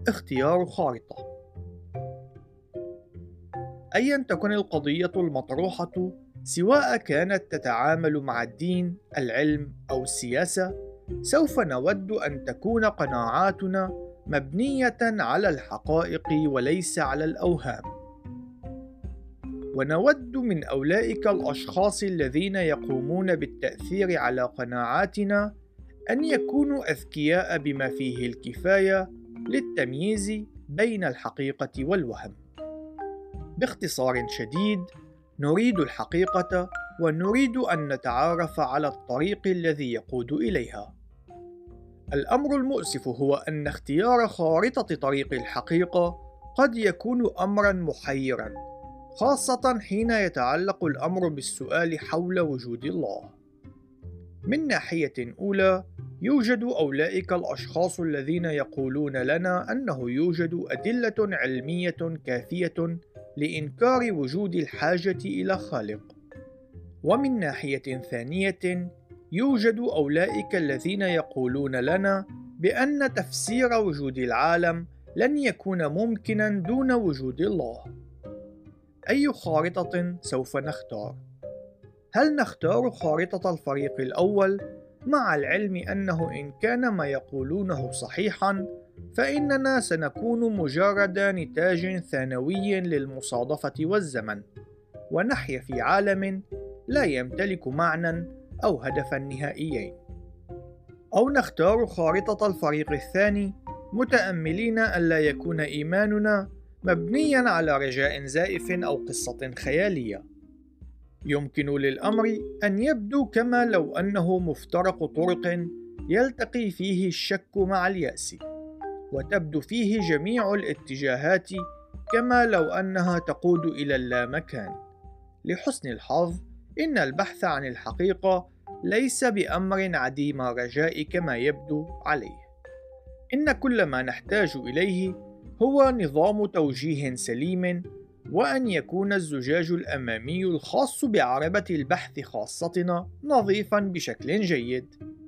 اختيار خارطة. أيا تكن القضية المطروحة، سواء كانت تتعامل مع الدين، العلم أو السياسة، سوف نود أن تكون قناعاتنا مبنية على الحقائق وليس على الأوهام. ونود من أولئك الأشخاص الذين يقومون بالتأثير على قناعاتنا أن يكونوا أذكياء بما فيه الكفاية للتمييز بين الحقيقة والوهم. باختصار شديد، نريد الحقيقة ونريد أن نتعارف على الطريق الذي يقود إليها. الأمر المؤسف هو أن اختيار خارطة طريق الحقيقة قد يكون أمرًا محيرًا، خاصة حين يتعلق الأمر بالسؤال حول وجود الله. من ناحية أولى، يوجد أولئك الأشخاص الذين يقولون لنا أنه يوجد أدلة علمية كافية لإنكار وجود الحاجة إلى خالق. ومن ناحية ثانية، يوجد أولئك الذين يقولون لنا بأن تفسير وجود العالم لن يكون ممكنا دون وجود الله. أي خارطة سوف نختار؟ هل نختار خارطة الفريق الأول مع العلم أنه إن كان ما يقولونه صحيحا فإننا سنكون مجرد نتاج ثانوي للمصادفة والزمن، ونحيا في عالم لا يمتلك معنى أو هدفا نهائيين؟ أو نختار خارطة الفريق الثاني متأملين ألا يكون إيماننا مبنيا على رجاء زائف أو قصة خيالية؟ يمكن للأمر أن يبدو كما لو أنه مفترق طرق يلتقي فيه الشك مع اليأس، وتبدو فيه جميع الاتجاهات كما لو أنها تقود إلى اللامكان. لحسن الحظ، إن البحث عن الحقيقة ليس بأمر عديم الرجاء كما يبدو عليه. إن كل ما نحتاج إليه هو نظام توجيه سليم، وأن يكون الزجاج الأمامي الخاص بعربة البحث خاصتنا نظيفا بشكل جيد.